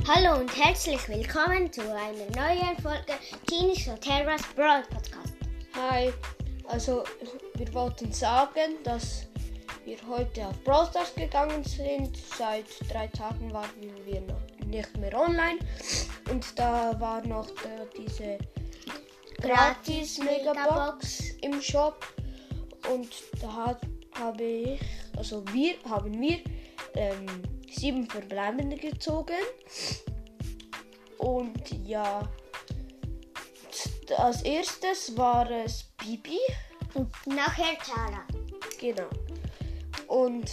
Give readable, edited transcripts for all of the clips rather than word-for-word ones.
Hallo und herzlich willkommen zu einer neuen Folge Genies Terras Brawl Podcast. Hi, also wir wollten sagen, dass wir heute auf Brawl Stars gegangen sind. Seit 3 Tagen waren wir noch nicht mehr online und da war noch diese gratis Megabox im Shop und da haben wir 7 verbleibende gezogen. Und ja, als erstes war es Bibi. Und nachher Tara. Genau. Und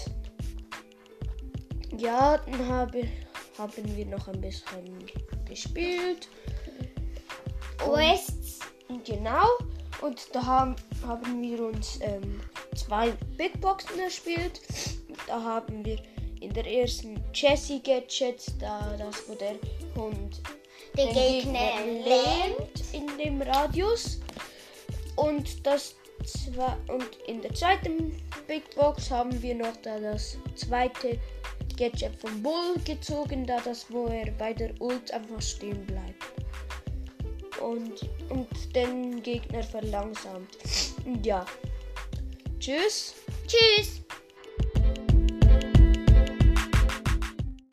ja, dann haben wir noch ein bisschen gespielt. Quests. Genau. Und da haben wir uns 2 Big Boxen erspielt. Da haben wir in der ersten Jessie Gadget, das wo der Hund Den Gegner lähmt. in dem Radius. Und in der zweiten Big Box haben wir noch das zweite Gadget vom Bull gezogen, wo er bei der Ult einfach stehen bleibt und den Gegner verlangsamt. Und ja, tschüss. Tschüss.